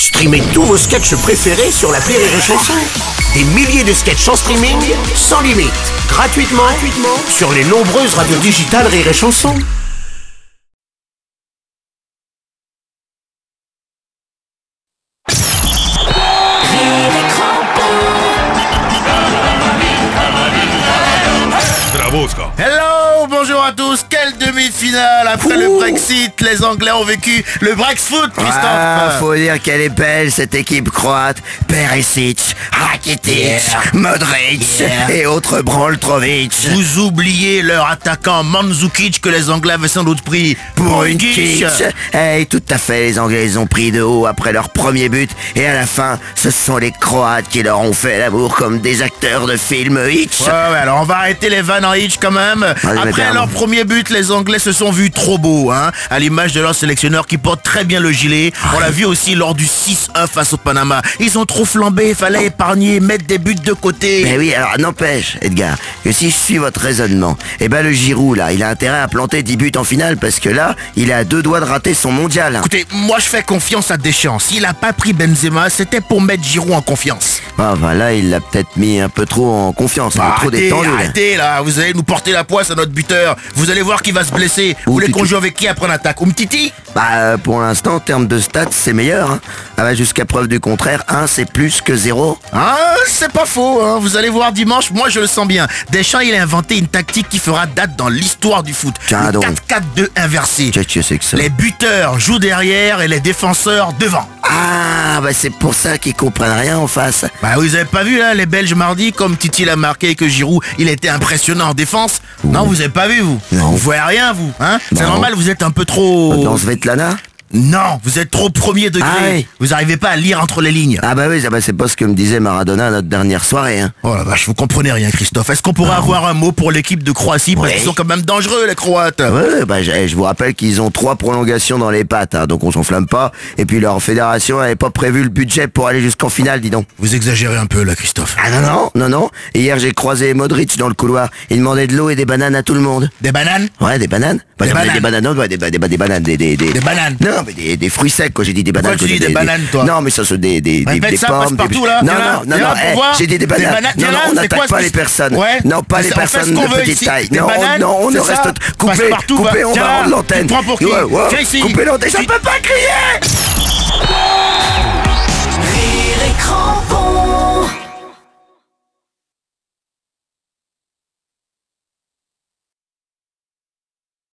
Streamez tous vos sketchs préférés sur l'appli Rire et Chanson. Des milliers de sketchs en streaming, sans limite, gratuitement, sur les nombreuses radios digitales Rire et Chanson. Hello, bonjour à tous. Quelle demi-finale après le Brexit. Les Anglais ont vécu le Brexfoot, Christophe. Ah, faut dire qu'elle est belle cette équipe croate. Perisic, Rakitic, Modric et autres Broltrovic. Vous oubliez leur attaquant Mandzukic que les Anglais avaient sans doute pris Pour une kitsch. Hey, tout à fait, les Anglais les ont pris de haut après leur premier but. Et à la fin, ce sont les Croates qui leur ont fait l'amour comme des acteurs de film Hitch. Ouais, alors on va arrêter les vannes en Hitch quand même. Après leur premier but, les Anglais se sont vus trop beaux, hein, à l'image de leur sélectionneur qui porte très bien le gilet. On l'a vu aussi lors du 6-1 face au Panama. Ils ont trop flambé, fallait épargner, mettre des buts de côté. Mais oui, alors n'empêche, Edgar, que si je suis votre raisonnement, le Giroud là, il a intérêt à planter 10 buts en finale parce que là, il est à 2 doigts de rater son mondial. Écoutez, moi je fais confiance à Deschamps. S'il a pas pris Benzema, c'était pour mettre Giroud en confiance. Là, il l'a peut-être mis un peu trop en confiance, trop détendu. Arrêtez là, vous allez nous porter la poisse à notre buteur. Vous allez voir qui va se blesser. Vous voulez qu'on joue avec qui après l'attaque? Umtiti? Pour l'instant, en termes de stats, c'est meilleur. Jusqu'à preuve du contraire, 1 c'est plus que 0. Ah, c'est pas faux, hein. Vous allez voir dimanche, moi je le sens bien. Deschamps, il a inventé une tactique qui fera date dans l'histoire du foot. Tiens, Le donc. 4-4-2 inversé. Qu'est-ce que c'est que ça? Les buteurs jouent derrière et les défenseurs devant. C'est pour ça qu'ils comprennent rien en face. Vous avez pas vu là, les Belges mardi, comme Titi l'a marqué et que Giroud, il était impressionnant en défense. Non, vous avez pas vu vous? Non. Vous voyez rien vous, hein? C'est Non. normal, vous êtes un peu trop... Dans Svetlana? Non, vous êtes trop premier degré. Oui. Vous arrivez pas à lire entre les lignes. C'est pas ce que me disait Maradona à notre dernière soirée. Oh la vache, vous comprenez rien, Christophe. Est-ce qu'on pourrait avoir un mot pour l'équipe de Croatie? Parce Oui. qu'ils sont quand même dangereux, les Croates. Je vous rappelle qu'ils ont 3 prolongations dans les pattes, donc on s'enflamme pas. Et puis leur fédération avait pas prévu le budget pour aller jusqu'en finale, dis donc. Vous exagérez un peu là, Christophe. Non. Hier j'ai croisé Modric dans le couloir. Il demandait de l'eau et des bananes à tout le monde. Des bananes? Ouais, des bananes. Des bananes. Des bananes, non, des bananes, des bananes. Non, mais des fruits secs, quoi. J'ai dit des bananes. Pourquoi tu dis des bananes, toi? Non, mais ça, c'est des Répète ça, pommes. passe partout, là. Non, Viens là, pour voir. j'ai dit des bananes. Viens là, On c'est n'attaque quoi, pas ce- les personnes. Ouais. Non, pas les On fait ce personnes qu'on de veut petite ici. taille. Des Non, bananes, on ne c'est ça? reste... Passe partout, Coupé, va. on Viens va là, rendre l'antenne. tu te prends pour qui? Ouais. Viens ici. Coupez l'antenne, je peux pas crier.